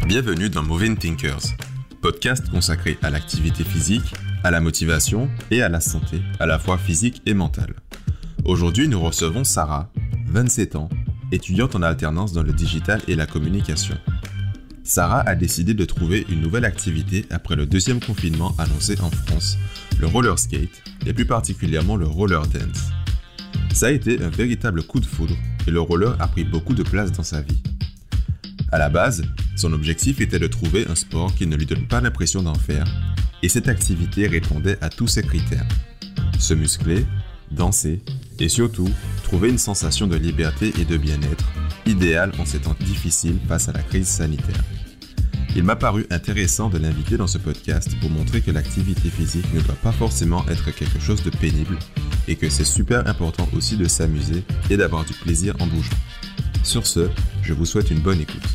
Bienvenue dans Moving Thinkers, podcast consacré à l'activité physique, à la motivation et à la santé, à la fois physique et mentale. Aujourd'hui, nous recevons Sarah, 27 ans, étudiante en alternance dans le digital et la communication. Sarah a décidé de trouver une nouvelle activité après le deuxième confinement annoncé en France, le roller skate, et plus particulièrement le roller dance. Ça a été un véritable coup de foudre et le roller a pris beaucoup de place dans sa vie. À la base, son objectif était de trouver un sport qui ne lui donne pas l'impression d'en faire, et cette activité répondait à tous ces critères. Se muscler, danser, et surtout, trouver une sensation de liberté et de bien-être, idéale en ces temps difficiles face à la crise sanitaire. Il m'a paru intéressant de l'inviter dans ce podcast pour montrer que l'activité physique ne doit pas forcément être quelque chose de pénible, et que c'est super important aussi de s'amuser et d'avoir du plaisir en bougeant. Sur ce, je vous souhaite une bonne écoute.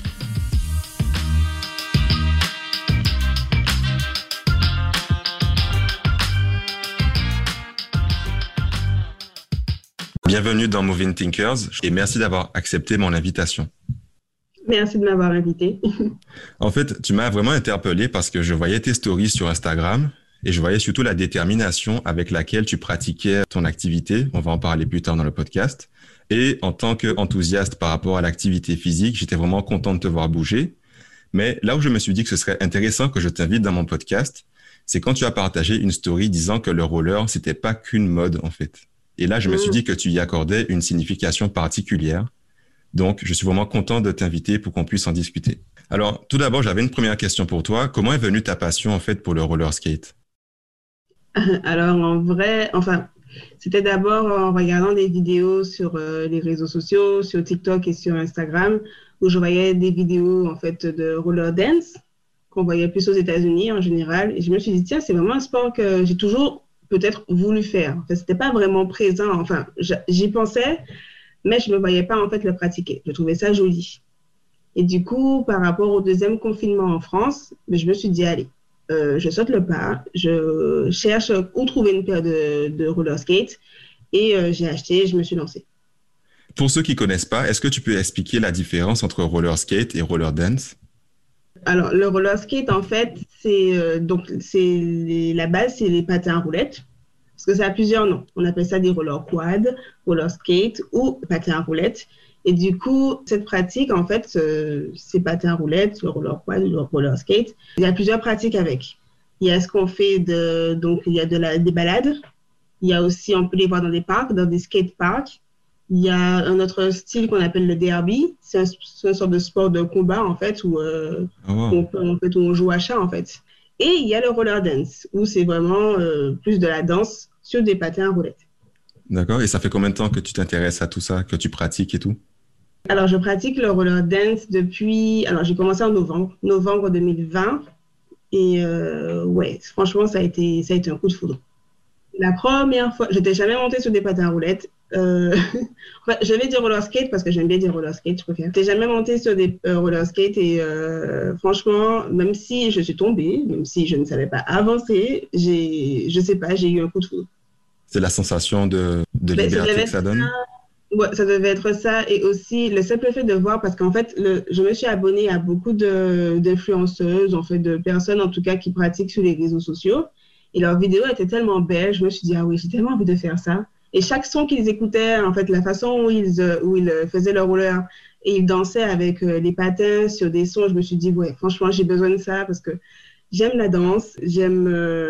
Bienvenue dans Moving Thinkers et merci d'avoir accepté mon invitation. Merci de m'avoir invité. En fait, tu m'as vraiment interpellé parce que je voyais tes stories sur Instagram et je voyais surtout la détermination avec laquelle tu pratiquais ton activité. On va en parler plus tard dans le podcast. Et en tant qu'enthousiaste par rapport à l'activité physique, j'étais vraiment content de te voir bouger. Mais là où je me suis dit que ce serait intéressant que je t'invite dans mon podcast, c'est quand tu as partagé une story disant que le roller, c'était pas qu'une mode en fait. Et là, je me suis dit que tu y accordais une signification particulière. Donc, je suis vraiment content de t'inviter pour qu'on puisse en discuter. Alors, tout d'abord, j'avais une première question pour toi. Comment est venue ta passion, en fait, pour le roller skate? Alors, c'était d'abord en regardant des vidéos sur les réseaux sociaux, sur TikTok et sur Instagram, où je voyais des vidéos, en fait, de roller dance, qu'on voyait plus aux États-Unis en général. Et je me suis dit, tiens, c'est vraiment un sport que j'ai toujours peut-être voulu faire. En fait, c'était pas vraiment présent. Enfin, j'y pensais, mais je ne me voyais pas en fait le pratiquer. Je trouvais ça joli. Et du coup, par rapport au deuxième confinement en France, je me suis dit, allez, je saute le pas, je cherche où trouver une paire de roller skate et j'ai acheté, je me suis lancée. Pour ceux qui ne connaissent pas, est-ce que tu peux expliquer la différence entre roller skate et roller dance? Alors, le roller skate, en fait, la base, c'est les patins à roulettes. Parce que ça a plusieurs noms. On appelle ça des roller quad, roller skate ou patins à roulettes. Et du coup, cette pratique, en fait, ces patins à roulettes, le roller quad, le roller skate, il y a plusieurs pratiques avec. Il y a ce qu'on fait il y a des balades. Il y a aussi, on peut les voir dans des parcs, dans des skate parks. Il y a un autre style qu'on appelle le derby. C'est une sorte de sport de combat, en fait, où on joue à chat, en fait. Et il y a le roller dance, où c'est vraiment plus de la danse sur des patins à roulettes. D'accord. Et ça fait combien de temps que tu t'intéresses à tout ça, que tu pratiques et tout? Alors, je pratique le roller dance depuis... Alors, j'ai commencé en novembre 2020. Et franchement, ça a été un coup de foudre. La première fois, je n'étais jamais montée sur des patins à roulettes. Je vais dire roller skate parce que j'aime bien dire roller skate, je préfère. Je n'étais jamais montée sur des roller skate et franchement, même si je suis tombée, même si je ne savais pas avancer, j'ai eu un coup de foudre. C'est la sensation de liberté que ça donne? Ouais, ça devait être ça. Et aussi, le simple fait de voir, parce qu'en fait, je me suis abonnée à beaucoup d'influenceuses, en fait, de personnes, en tout cas, qui pratiquent sur les réseaux sociaux. Et leurs vidéos étaient tellement belles, je me suis dit, ah oui, j'ai tellement envie de faire ça. Et chaque son qu'ils écoutaient, en fait, la façon où ils faisaient leur roller et ils dansaient avec les patins sur des sons, je me suis dit, ouais, franchement, j'ai besoin de ça parce que j'aime la danse, j'aime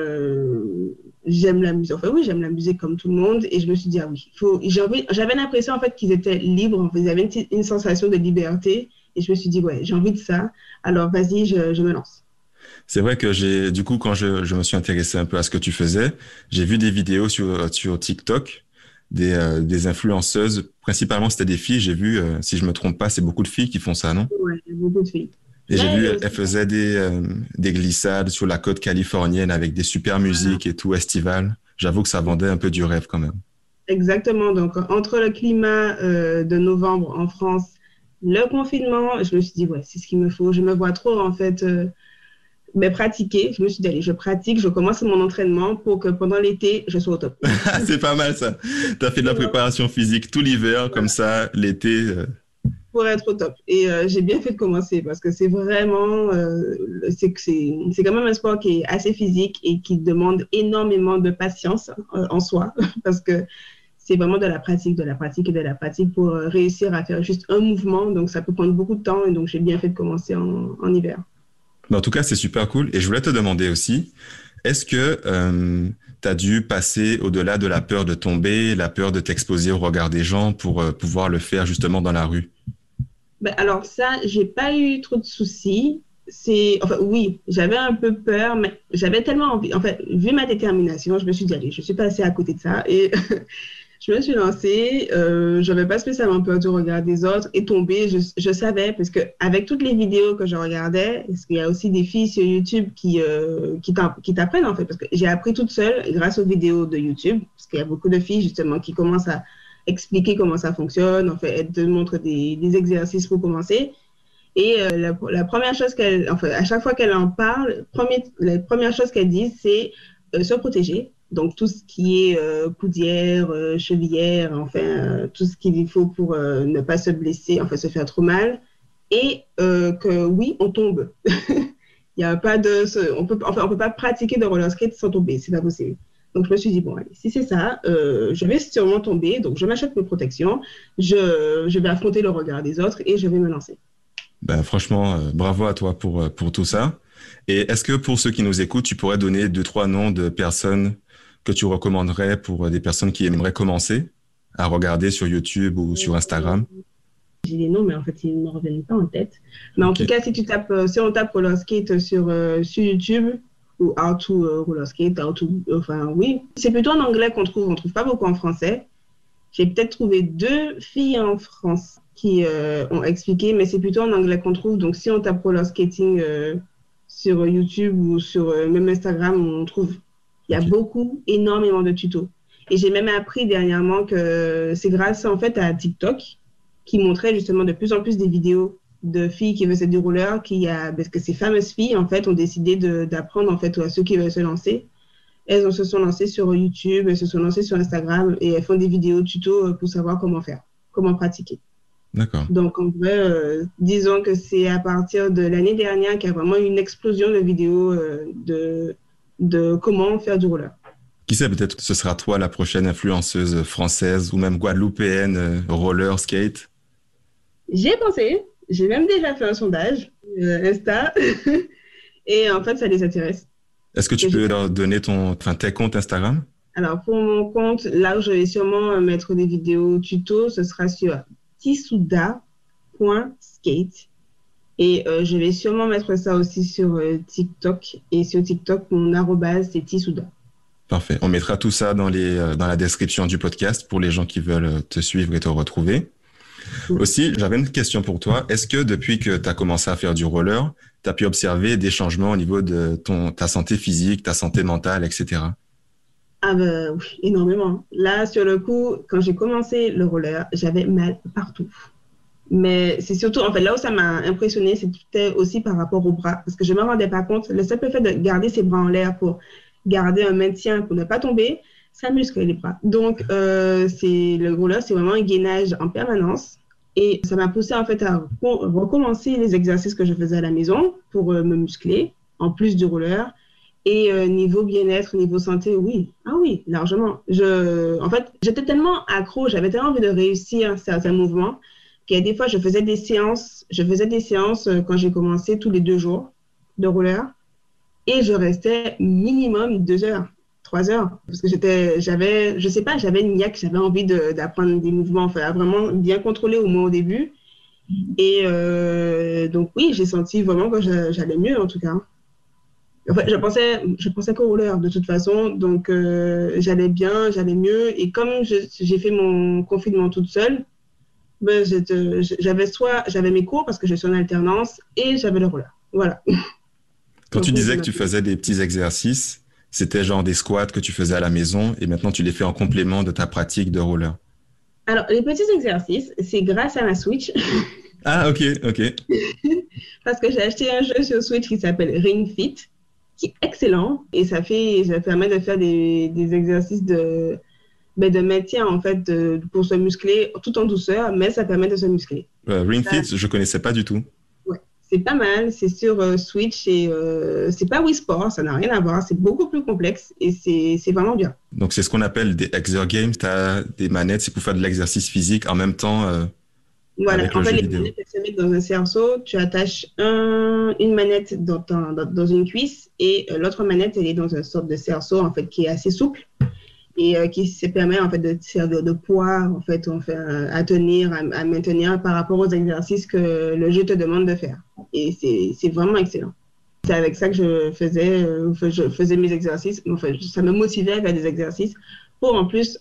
la musique. Enfin, oui, j'aime la musique comme tout le monde. Et je me suis dit, ah oui, j'avais l'impression, en fait, qu'ils étaient libres. En fait, ils avaient une sensation de liberté. Et je me suis dit, ouais, j'ai envie de ça. Alors, vas-y, je me lance. C'est vrai que du coup, quand je me suis intéressé un peu à ce que tu faisais, j'ai vu des vidéos sur TikTok, des influenceuses, principalement c'était des filles, j'ai vu, si je me trompe pas, c'est beaucoup de filles qui font ça, non? Oui, beaucoup de filles. Et j'ai vu, elles faisaient des glissades sur la côte californienne avec des super musiques et tout, estivales. J'avoue que ça vendait un peu du rêve quand même. Exactement, donc entre le climat de novembre en France, le confinement, je me suis dit, ouais, c'est ce qu'il me faut. Je me vois trop, en fait... pratiquer. Je me suis dit, allez, je pratique, je commence mon entraînement pour que pendant l'été, je sois au top. C'est pas mal ça. Tu as fait de la préparation physique tout l'hiver, comme ça, l'été, pour être au top. Et j'ai bien fait de commencer parce que c'est vraiment, c'est quand même un sport qui est assez physique et qui demande énormément de patience en soi parce que c'est vraiment de la pratique et de la pratique pour réussir à faire juste un mouvement. Donc, ça peut prendre beaucoup de temps et donc j'ai bien fait de commencer en hiver. Mais en tout cas, c'est super cool. Et je voulais te demander aussi, est-ce que tu as dû passer au-delà de la peur de tomber, la peur de t'exposer au regard des gens pour pouvoir le faire justement dans la rue? Ben, alors ça, j'ai pas eu trop de soucis. Enfin, oui, j'avais un peu peur, mais j'avais tellement envie. En fait, vu ma détermination, je me suis dit, allez, je suis passée à côté de ça. Et je me suis lancée. Je n'avais pas spécialement peur du regard des autres et tomber. Je savais, parce que avec toutes les vidéos que je regardais, parce qu'il y a aussi des filles sur YouTube qui t'apprennent, en fait, parce que j'ai appris toute seule grâce aux vidéos de YouTube, parce qu'il y a beaucoup de filles, justement, qui commencent à expliquer comment ça fonctionne, en fait, elles te montrent des exercices pour commencer. Et la première chose enfin, à chaque fois qu'elle en parle, la première chose qu'elle dit, c'est se protéger. Donc, tout ce qui est coudière, chevillère, enfin, tout ce qu'il faut pour ne pas se blesser, enfin, se faire trop mal. Et que oui, on tombe. Il y a pas de, on peut pas pratiquer de roller skate sans tomber, c'est pas possible. Donc, je me suis dit, bon, allez, si c'est ça, je vais sûrement tomber. Donc, je m'achète mes protections, je vais affronter le regard des autres et je vais me lancer. Ben, franchement, bravo à toi pour tout ça. Et est-ce que pour ceux qui nous écoutent, tu pourrais donner 2, 3 noms de personnes que tu recommanderais pour des personnes qui aimeraient commencer à regarder sur YouTube ou sur Instagram? J'ai des noms, mais en fait, ils ne me reviennent pas en tête. Mais en Ok. tout cas, si on tape roller skate sur YouTube ou how to roller skate, enfin, oui, c'est plutôt en anglais qu'on trouve. On ne trouve pas beaucoup en français. J'ai peut-être trouvé 2 filles en France qui ont expliqué, mais c'est plutôt en anglais qu'on trouve. Donc, si on tape roller skating sur YouTube ou sur même Instagram, on trouve. Il y a Ok. énormément de tutos. Et j'ai même appris dernièrement que c'est grâce en fait à TikTok qui montrait justement de plus en plus des vidéos de filles qui faisaient du roller, parce que ces fameuses filles en fait ont décidé d'apprendre en fait à ceux qui veulent se lancer. Elles se sont lancées sur YouTube, elles se sont lancées sur Instagram et elles font des vidéos tutos pour savoir comment faire, comment pratiquer. D'accord. Donc, en vrai, disons que c'est à partir de l'année dernière qu'il y a vraiment eu une explosion de vidéos de comment faire du roller. Qui sait, peut-être que ce sera toi la prochaine influenceuse française ou même guadeloupéenne roller skate. J'y ai pensé, j'ai même déjà fait un sondage Insta et en fait, ça les intéresse. Est-ce que tu peux leur donner tes comptes Instagram? Alors, pour mon compte, là où je vais sûrement mettre des vidéos tutos, ce sera sur tisuda.skate. Et je vais sûrement mettre ça aussi sur TikTok. Et sur TikTok, mon arrobase, c'est tisuda. Parfait. On mettra tout ça dans la description du podcast pour les gens qui veulent te suivre et te retrouver. Aussi, j'avais une question pour toi. Est-ce que depuis que tu as commencé à faire du roller, tu as pu observer des changements au niveau de ta santé physique, ta santé mentale, etc.? Ah ben oui, énormément. Là, sur le coup, quand j'ai commencé le roller, j'avais mal partout. Mais c'est surtout, en fait, là où ça m'a impressionnée, c'était aussi par rapport aux bras. Parce que je ne me rendais pas compte, le simple fait de garder ses bras en l'air pour garder un maintien, pour ne pas tomber, ça muscle les bras. Donc, le roller, c'est vraiment un gainage en permanence. Et ça m'a poussé en fait à recommencer les exercices que je faisais à la maison pour me muscler, en plus du roller. Et niveau bien-être, niveau santé, oui. Ah oui, largement. En fait, j'étais tellement accro, j'avais tellement envie de réussir certains mouvements qu'il y a des fois, je faisais des séances quand j'ai commencé tous les 2 jours de roller et je restais minimum 2 heures, 3 heures parce que je sais pas, j'avais une niaque, j'avais envie d'apprendre des mouvements, enfin, à vraiment bien contrôler au moins au début. Et donc oui, j'ai senti vraiment que j'allais mieux en tout cas. En fait, je pensais qu'au roller de toute façon, donc j'allais bien, j'allais mieux. Et comme j'ai fait mon confinement toute seule, ben, j'avais mes cours parce que je suis en alternance et j'avais le roller. Voilà. Quand Donc, tu oui, disais que tu faisais des petits exercices, c'était genre des squats que tu faisais à la maison et maintenant tu les fais en complément de ta pratique de roller. Alors, les petits exercices, c'est grâce à ma Switch Ah, ok, ok. parce que j'ai acheté un jeu sur Switch qui s'appelle Ring Fit, qui est excellent et ça permet de faire des exercices de maintien, en fait, pour se muscler tout en douceur, mais ça permet de se muscler. Ring Ça, Fit, je connaissais pas du tout. ouais, c'est pas mal. C'est sur Switch et c'est pas Wii Sport, ça n'a rien à voir. C'est beaucoup plus complexe et c'est vraiment bien. Donc, c'est ce qu'on appelle des exergames. Tu as des manettes, c'est pour faire de l'exercice physique en même temps Voilà, avec en le fait, jeu les vidéo. manettes, elles se mettent dans un cerceau. Tu attaches une manette dans une cuisse et l'autre manette, elle est dans une sorte de cerceau, en fait, qui est assez souple et qui se permet, en fait, de servir de poids, en fait, à tenir, à maintenir par rapport aux exercices que le jeu te demande de faire. Et c'est vraiment excellent. C'est avec ça que je faisais mes exercices. Enfin, ça me motivait à faire des exercices pour en plus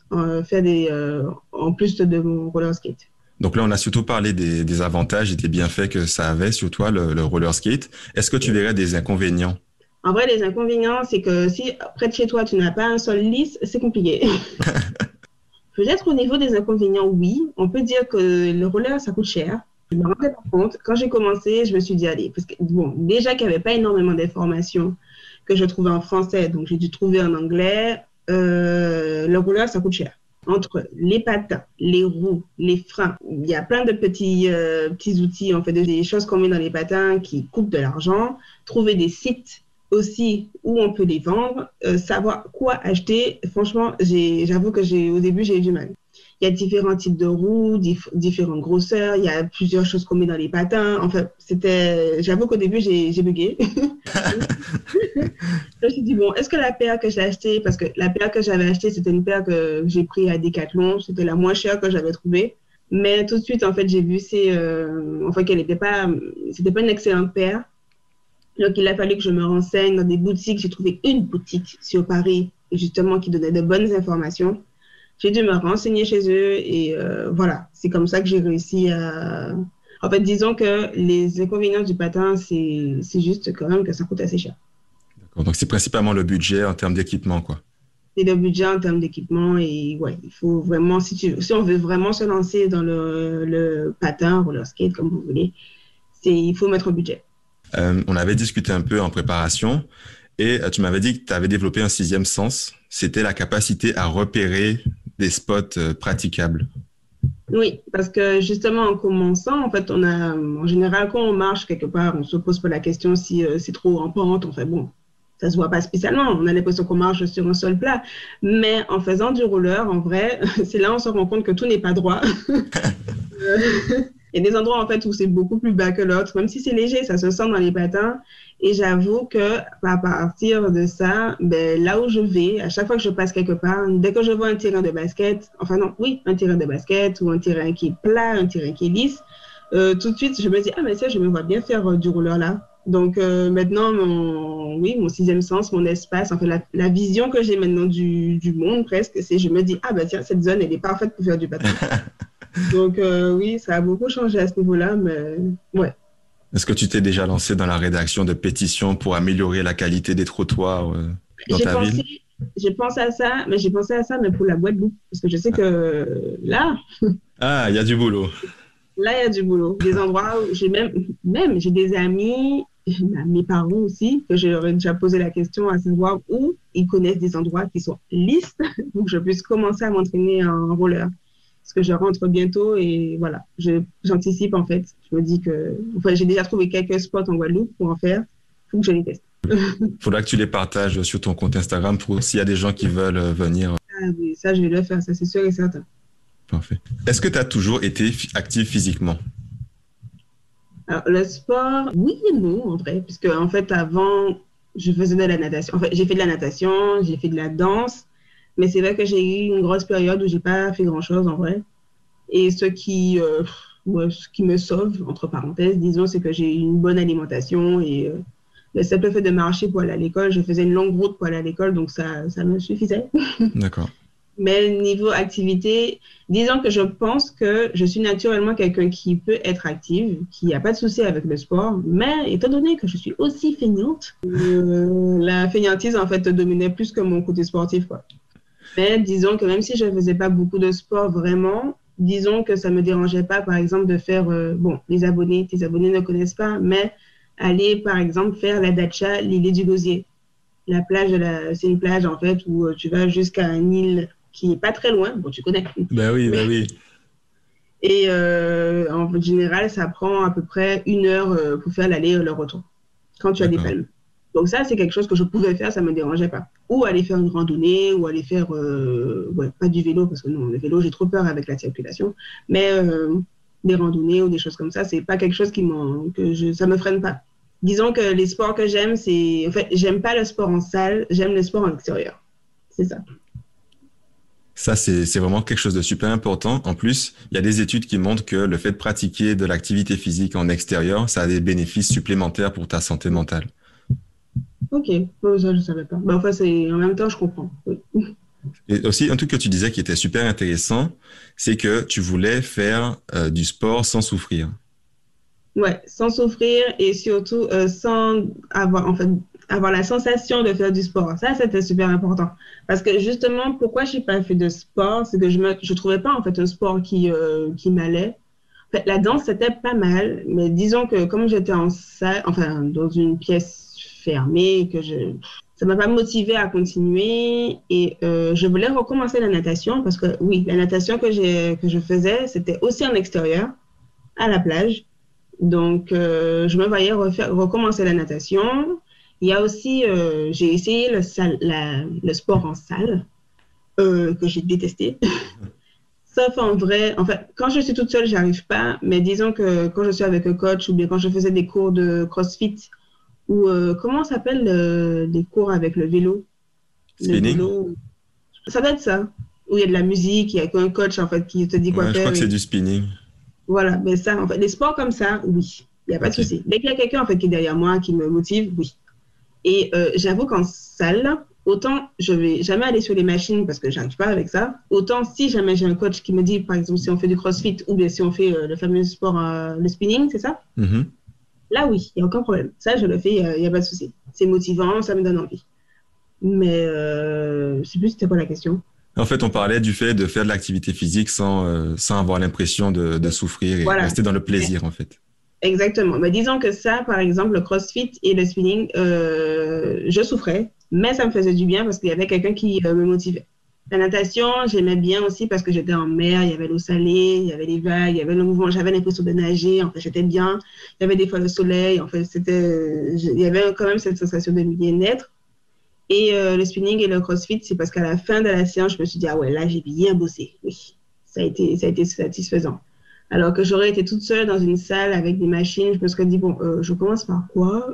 en plus de mon roller skate. Donc là, on a surtout parlé des avantages et des bienfaits que ça avait sur toi, le roller skate. Est-ce que tu verrais des inconvénients? En vrai, les inconvénients, c'est que si près de chez toi, tu n'as pas un sol lisse, c'est compliqué. Peut-être au niveau des inconvénients, oui. On peut dire que le roller, ça coûte cher. Je me rendais pas compte. Quand j'ai commencé, je me suis dit, allez, parce que bon, déjà qu'il n'y avait pas énormément d'informations que je trouvais en français, donc j'ai dû trouver en anglais. Le roller, ça coûte cher. Entre les patins, les roues, les freins, il y a plein de petits outils, en fait, des choses qu'on met dans les patins qui coûtent de l'argent. Trouver des sites aussi où on peut les vendre, savoir quoi acheter. Franchement, j'avoue que au début, j'ai eu du mal. Il y a différents types de roues, différentes grosseurs, il y a plusieurs choses qu'on met dans les patins. Enfin, j'avoue qu'au début, j'ai bugué. Je me suis dit, bon, est-ce que la paire que j'ai achetée, parce que la paire que j'avais achetée, c'était une paire que j'ai pris à Decathlon, c'était la moins chère que j'avais trouvée. Mais tout de suite, en fait, j'ai vu qu'elle c'était pas une excellente paire. Donc, il a fallu que je me renseigne dans des boutiques. J'ai trouvé une boutique sur Paris, justement, qui donnait de bonnes informations. J'ai dû me renseigner chez eux et voilà, c'est comme ça que j'ai réussi à... En fait, disons que les inconvénients du patin, c'est juste quand même que ça coûte assez cher. D'accord. Donc, c'est principalement le budget en termes d'équipement, quoi. C'est le budget en termes d'équipement et ouais, il faut vraiment, si on veut vraiment se lancer dans le patin, roller skate, comme vous voulez, il faut mettre un budget. On avait discuté un peu en préparation et tu m'avais dit que tu avais développé un sixième sens. C'était la capacité à repérer des spots praticables. Oui, parce que justement, en commençant, en fait, en général, quand on marche quelque part, on se pose pas la question si c'est trop en pente. Enfin bon, ça se voit pas spécialement. On a l'impression qu'on marche sur un sol plat. Mais en faisant du roller, en vrai, c'est là où on se rend compte que tout n'est pas droit. Il y a des endroits en fait où c'est beaucoup plus bas que l'autre, même si c'est léger, ça se sent dans les patins. Et j'avoue que à partir de ça, là où je vais, à chaque fois que je passe quelque part, dès que je vois un terrain de basket, un terrain de basket ou un terrain qui est plat, un terrain qui est lisse, tout de suite je me dis mais ça, je me vois bien faire du roller là. Donc maintenant mon sixième sens, mon espace, en fait la vision que j'ai maintenant du monde presque, c'est je me dis tiens, cette zone elle est parfaite pour faire du patin. Donc oui, ça a beaucoup changé à ce niveau-là, mais ouais. Est-ce que tu t'es déjà lancé dans la rédaction de pétitions pour améliorer la qualité des trottoirs dans ta ville? J'ai pensé à ça, mais pour la Guadeloupe, parce que je sais que là, Ah, il y a du boulot. là, il y a du boulot. Des endroits où j'ai des amis, mes parents aussi, que j'aurais déjà posé la question à savoir où ils connaissent des endroits qui sont lisses pour que je puisse commencer à m'entraîner en roller. Parce que je rentre bientôt et voilà, j'anticipe en fait. Je me dis j'ai déjà trouvé quelques spots en Guadeloupe pour en faire. Il faut que je les teste. Faudra que tu les partages sur ton compte Instagram pour s'il y a des gens qui veulent venir. Ah oui, ça je vais le faire, ça c'est sûr et certain. Parfait. Est-ce que tu as toujours été active physiquement? Alors le sport, oui et non en vrai, puisque en fait avant, je faisais de la natation. En fait, j'ai fait de la natation, j'ai fait de la danse. Mais c'est vrai que j'ai eu une grosse période où j'ai pas fait grand-chose en vrai. Et ce qui me sauve, entre parenthèses, disons, c'est que j'ai eu une bonne alimentation et le simple fait de marcher pour aller à l'école, je faisais une longue route pour aller à l'école, donc ça me suffisait. D'accord. Mais niveau activité, disons que je pense que je suis naturellement quelqu'un qui peut être active, qui n'a pas de souci avec le sport, mais étant donné que je suis aussi feignante, la feignantise en fait dominait plus que mon côté sportif, quoi. Mais disons que même si je ne faisais pas beaucoup de sport vraiment, disons que ça ne me dérangeait pas, par exemple, de faire, tes abonnés ne connaissent pas, mais aller, par exemple, faire la Dacha, l'île du Gosier. C'est une plage, en fait, où tu vas jusqu'à une île qui n'est pas très loin. Bon, tu connais. Ben oui, ben oui. Et en général, ça prend à peu près 1 heure pour faire l'aller et le retour, quand tu as des D'accord. palmes. Donc ça, c'est quelque chose que je pouvais faire, ça ne me dérangeait pas. Ou aller faire une randonnée, ou aller faire, pas du vélo, parce que non, le vélo, j'ai trop peur avec la circulation, mais des randonnées ou des choses comme ça, c'est pas quelque chose ça me freine pas. Disons que les sports que j'aime, en fait, j'aime pas le sport en salle, j'aime le sport en extérieur. C'est ça. Ça, c'est vraiment quelque chose de super important. En plus, il y a des études qui montrent que le fait de pratiquer de l'activité physique en extérieur, ça a des bénéfices supplémentaires pour ta santé mentale. Ok, bon, ça, je savais pas. Ben, enfin, en même temps, je comprends. Oui. Et aussi, un truc que tu disais qui était super intéressant, c'est que tu voulais faire du sport sans souffrir. Ouais, sans souffrir et surtout sans avoir, en fait, avoir la sensation de faire du sport. Ça, c'était super important. Parce que justement, pourquoi je n'ai pas fait de sport, c'est que je trouvais pas en fait un sport qui m'allait. En fait, la danse, c'était pas mal, mais disons que comme j'étais en salle, enfin, dans une pièce fermée, ça m'a pas motivée à continuer et je voulais recommencer la natation parce que oui, la natation que je faisais, c'était aussi en extérieur, à la plage. Donc, je me voyais recommencer la natation. Il y a aussi, j'ai essayé le sport en salle, que j'ai détesté. Sauf en vrai, en fait, quand je suis toute seule, j'arrive pas. Mais disons que quand je suis avec un coach ou bien quand je faisais des cours de CrossFit ou comment ça s'appelle des cours avec le vélo? Le Spinning? vélo, ça doit être ça. Où il y a de la musique, il y a qu'un coach en fait qui te dit quoi Ouais, je crois faire. que c'est du spinning. Voilà, mais ça, en fait, les sports comme ça, oui, il n'y a pas de Ok. souci. Dès qu'il y a quelqu'un en fait qui est derrière moi, qui me motive, oui. Et j'avoue qu'en salle, autant je vais jamais aller sur les machines parce que j'arrive pas avec ça, autant si jamais j'ai un coach qui me dit, par exemple, si on fait du CrossFit ou bien si on fait le fameux sport, le spinning, c'est ça? Mhm. Là, oui, il n'y a aucun problème. Ça, je le fais, il n'y a pas de souci. C'est motivant, ça me donne envie. Mais je ne sais plus c'était quoi la question. En fait, on parlait du fait de faire de l'activité physique sans avoir l'impression de souffrir et Voilà. rester dans le plaisir, en fait. Exactement. Mais disons que ça, par exemple, le CrossFit et le spinning, je souffrais, mais ça me faisait du bien parce qu'il y avait quelqu'un qui me motivait. La natation, j'aimais bien aussi parce que j'étais en mer, il y avait l'eau salée, il y avait les vagues, il y avait le mouvement, j'avais l'impression de nager, en fait, j'étais bien. Il y avait des fois le soleil, en fait, il y avait quand même cette sensation de bien-être. Et le spinning et le CrossFit, c'est parce qu'à la fin de la séance, je me suis dit, ah ouais, là, j'ai bien bossé. Oui, ça a été satisfaisant. Alors que j'aurais été toute seule dans une salle avec des machines, je me serais dit, bon, je commence par quoi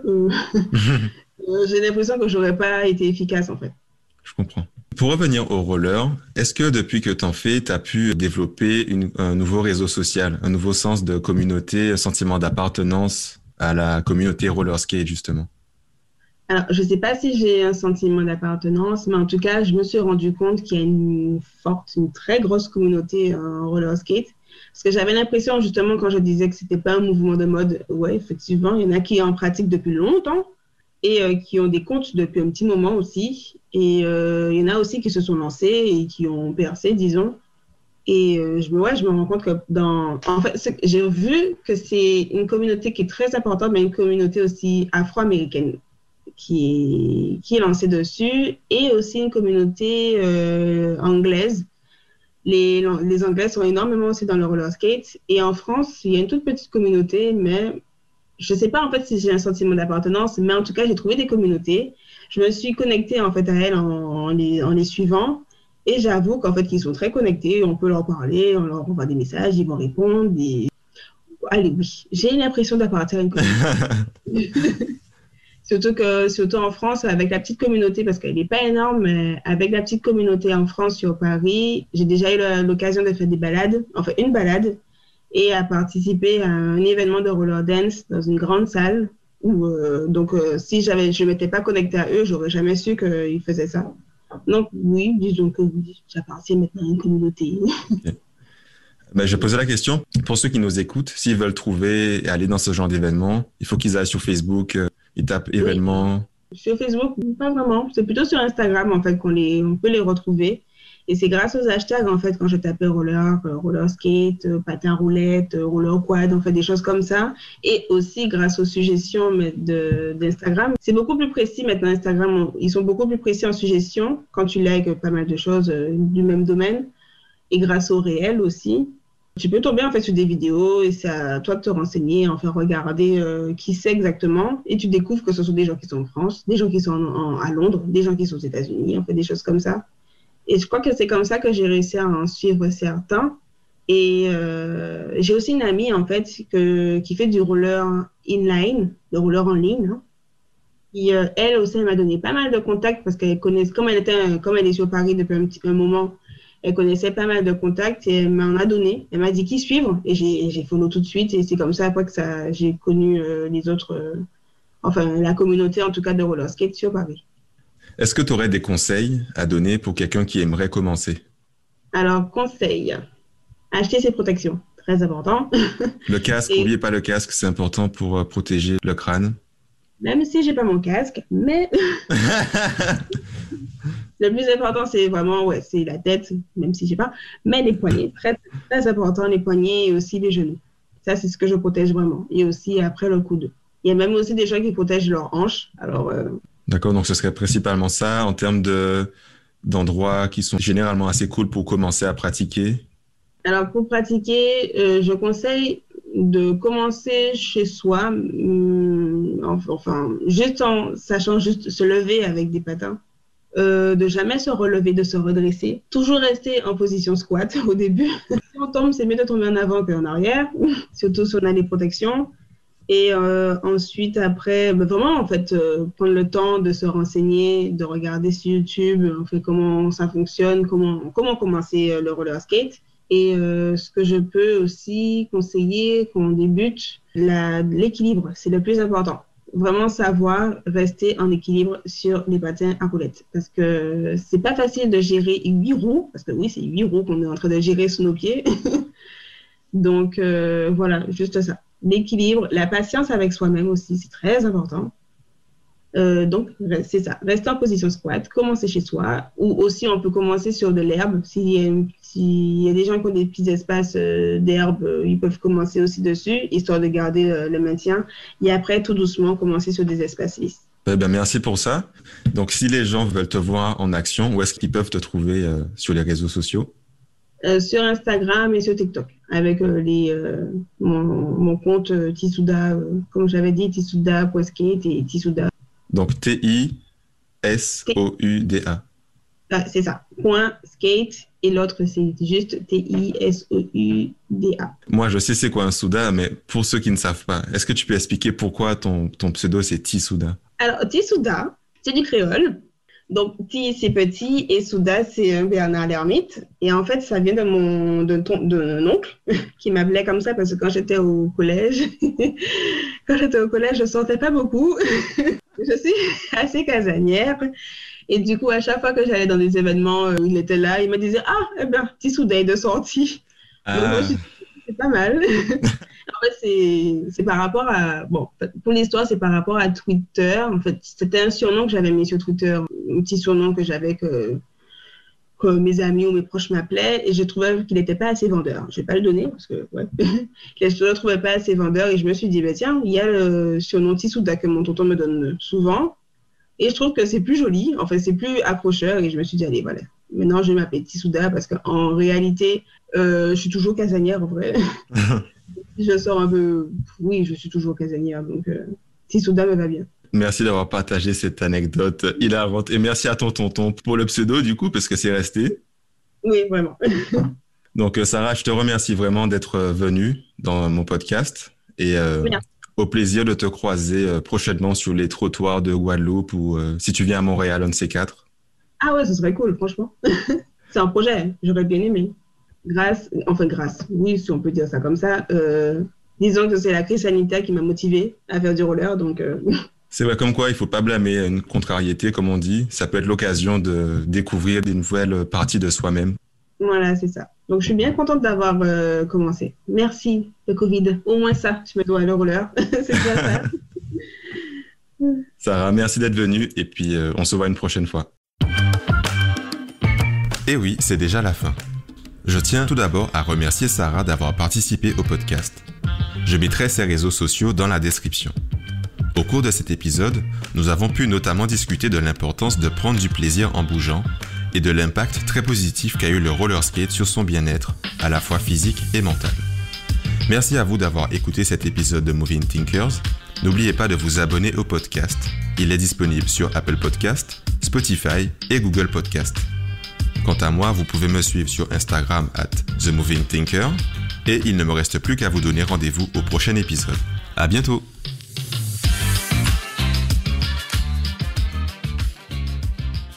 j'ai l'impression que j'aurais pas été efficace, en fait. Je comprends. Pour revenir au roller, est-ce que depuis que t'en fais, t'as pu développer un nouveau réseau social, un nouveau sens de communauté, un sentiment d'appartenance à la communauté roller skate, justement? Alors, je ne sais pas si j'ai un sentiment d'appartenance, mais en tout cas, je me suis rendu compte qu'il y a une très grosse communauté en roller skate. Parce que j'avais l'impression, justement, quand je disais que ce n'était pas un mouvement de mode, ouais, effectivement, il y en a qui en pratiquent depuis longtemps et qui ont des comptes depuis un petit moment aussi. Et il y en a aussi qui se sont lancés et qui ont percé, disons. Et je me rends compte que en fait, j'ai vu que c'est une communauté qui est très importante, mais une communauté aussi afro-américaine qui est lancée dessus, et aussi une communauté anglaise. Les Anglais sont énormément aussi dans le roller skate. Et en France, il y a une toute petite communauté, mais je ne sais pas en fait si j'ai un sentiment d'appartenance, mais en tout cas, j'ai trouvé des communautés. Je me suis connectée en fait à elles en les suivant. Et j'avoue qu'en fait, qu'ils sont très connectés. On peut leur parler, on leur envoie des messages, ils vont répondre. Allez, oui, j'ai l'impression d'appartenir à une communauté. Surtout en France, avec la petite communauté, parce qu'elle n'est pas énorme, mais avec la petite communauté en France sur Paris, j'ai déjà eu l'occasion de faire des balades, enfin une balade, et à participer à un événement de roller dance dans une grande salle. Donc, si je ne m'étais pas connectée à eux, j'aurais jamais su qu'ils faisaient ça. Donc, oui, disons que oui, j'appartiens maintenant à une communauté. Ok. Ben, je posais la question, pour ceux qui nous écoutent, s'ils veulent trouver et aller dans ce genre d'événement, il faut qu'ils aillent sur Facebook, ils tapent Oui, événements. sur Facebook, pas vraiment. C'est plutôt sur Instagram, en fait, on peut les retrouver. Et c'est grâce aux hashtags, en fait, quand je tapais roller skate, patin roulette, roller quad, en fait, des choses comme ça. Et aussi grâce aux suggestions d'Instagram. C'est beaucoup plus précis maintenant, Instagram. Ils sont beaucoup plus précis en suggestions quand tu likes pas mal de choses du même domaine. Et grâce au réel aussi. Tu peux tomber en fait sur des vidéos et c'est à toi de te renseigner, enfin regarder qui c'est exactement et tu découvres que ce sont des gens qui sont en France, des gens qui sont à Londres, des gens qui sont aux États-Unis, en fait des choses comme ça. Et je crois que c'est comme ça que j'ai réussi à en suivre certains. Et j'ai aussi une amie en fait qui fait du roller inline, le roller en ligne. Hein. Et elle aussi, elle m'a donné pas mal de contacts parce qu'elle connaît, comme elle est sur Paris depuis un moment. Elle connaissait pas mal de contacts et elle m'en a donné. Elle m'a dit qui suivre et j'ai follow tout de suite. Et c'est comme ça après que j'ai connu les autres, enfin la communauté en tout cas de roller skate sur Paris. Est-ce que tu aurais des conseils à donner pour quelqu'un qui aimerait commencer? Alors, conseil, acheter ses protections, très important. Le casque, n'oubliez pas le casque, c'est important pour protéger le crâne. Même si j'ai pas mon casque, mais le plus important, c'est vraiment, c'est la tête, même si j'ai pas, mais les poignets, très, très important, les poignets et aussi les genoux. Ça, c'est ce que je protège vraiment. Et aussi après le coude. Il y a même aussi des gens qui protègent leurs hanches. Alors, D'accord, donc ce serait principalement ça en termes d'endroits qui sont généralement assez cool pour commencer à pratiquer. Alors, pour pratiquer, je conseille de commencer chez soi, enfin, juste en sachant juste se lever avec des patins. De jamais se relever, de se redresser. Toujours rester en position squat au début. Si on tombe, c'est mieux de tomber en avant qu'en arrière, surtout si on a des protections. Et ensuite, après, vraiment, en fait, prendre le temps de se renseigner, de regarder sur YouTube, en fait, comment ça fonctionne, comment commencer le roller skate. Et ce que je peux aussi conseiller quand on débute, l'équilibre, c'est le plus important. Vraiment savoir rester en équilibre sur les patins à roulettes. Parce que c'est pas facile de gérer 8 roues, parce que oui, c'est 8 roues qu'on est en train de gérer sous nos pieds. Donc, voilà, juste ça. L'équilibre, la patience avec soi-même aussi, c'est très important. Donc, c'est ça. Rester en position squat, commencer chez soi, ou aussi on peut commencer sur de l'herbe. S'il y a des gens qui ont des petits espaces d'herbe, ils peuvent commencer aussi dessus, histoire de garder le maintien. Et après, tout doucement, commencer sur des espaces lisses. Merci pour ça. Donc, si les gens veulent te voir en action, où est-ce qu'ils peuvent te trouver sur les réseaux sociaux? Sur Instagram et sur TikTok, avec mon compte Tissouda, comme j'avais dit, Tissouda.skate et Tissouda. Donc, T-I-S-O-U-D-A. Ah, c'est ça, .skate et l'autre c'est juste T-I-S-O-U-D-A. Moi, je sais c'est quoi un Souda, mais pour ceux qui ne savent pas, est-ce que tu peux expliquer pourquoi ton pseudo c'est Tissouda? Alors, Tissouda, c'est du créole. Donc, Ti, c'est petit et Souda, c'est un Bernard l'ermite. Et en fait, ça vient de mon oncle qui m'appelait comme ça parce que quand j'étais au collège, je sortais pas beaucoup. Je suis assez casanière. Et du coup, à chaque fois que j'allais dans des événements où il était là, il me disait « Ah, eh bien, Tissouda est de sortie. » Donc, moi, je me suis dit, c'est pas mal. En fait, c'est par rapport à... Bon, pour l'histoire, c'est par rapport à Twitter. En fait, c'était un surnom que j'avais mis sur Twitter, un petit surnom que j'avais que mes amis ou mes proches m'appelaient et je trouvais qu'il n'était pas assez vendeur. Je ne vais pas le donner parce que je ne le trouvais pas assez vendeur et je me suis dit, tiens, il y a le surnom Tissouda que mon tonton me donne souvent et je trouve que c'est plus joli, en fait, c'est plus accrocheur et je me suis dit, allez, voilà. Maintenant, je vais m'appeler Tissouda parce qu'en réalité, je suis toujours casanière en vrai. Je sors un peu... Oui, je suis toujours casanière, donc Tissouda me va bien. Merci d'avoir partagé cette anecdote hilarante. Et merci à ton tonton pour le pseudo, du coup, parce que c'est resté. Oui, vraiment. Donc, Sarah, je te remercie vraiment d'être venue dans mon podcast. Et au plaisir de te croiser prochainement sur les trottoirs de Guadeloupe ou si tu viens à Montréal, un de ces quatre. Ah ouais, ce serait cool, franchement. C'est un projet, j'aurais bien aimé. Grâce, oui, si on peut dire ça comme ça. Disons que c'est la crise sanitaire qui m'a motivée à faire du roller, donc... C'est vrai, comme quoi il ne faut pas blâmer une contrariété, comme on dit. Ça peut être l'occasion de découvrir des nouvelles parties de soi-même. Voilà, c'est ça. Donc, je suis bien contente d'avoir commencé. Merci, le Covid. Au moins ça, je me dois le roller. C'est bien ça. Sarah, merci d'être venue et puis on se voit une prochaine fois. Et oui, c'est déjà la fin. Je tiens tout d'abord à remercier Sarah d'avoir participé au podcast. Je mettrai ses réseaux sociaux dans la description. Au cours de cet épisode, nous avons pu notamment discuter de l'importance de prendre du plaisir en bougeant et de l'impact très positif qu'a eu le roller skate sur son bien-être, à la fois physique et mental. Merci à vous d'avoir écouté cet épisode de Moving Thinkers. N'oubliez pas de vous abonner au podcast. Il est disponible sur Apple Podcast, Spotify et Google Podcast. Quant à moi, vous pouvez me suivre sur Instagram @TheMovingThinker et il ne me reste plus qu'à vous donner rendez-vous au prochain épisode. À bientôt!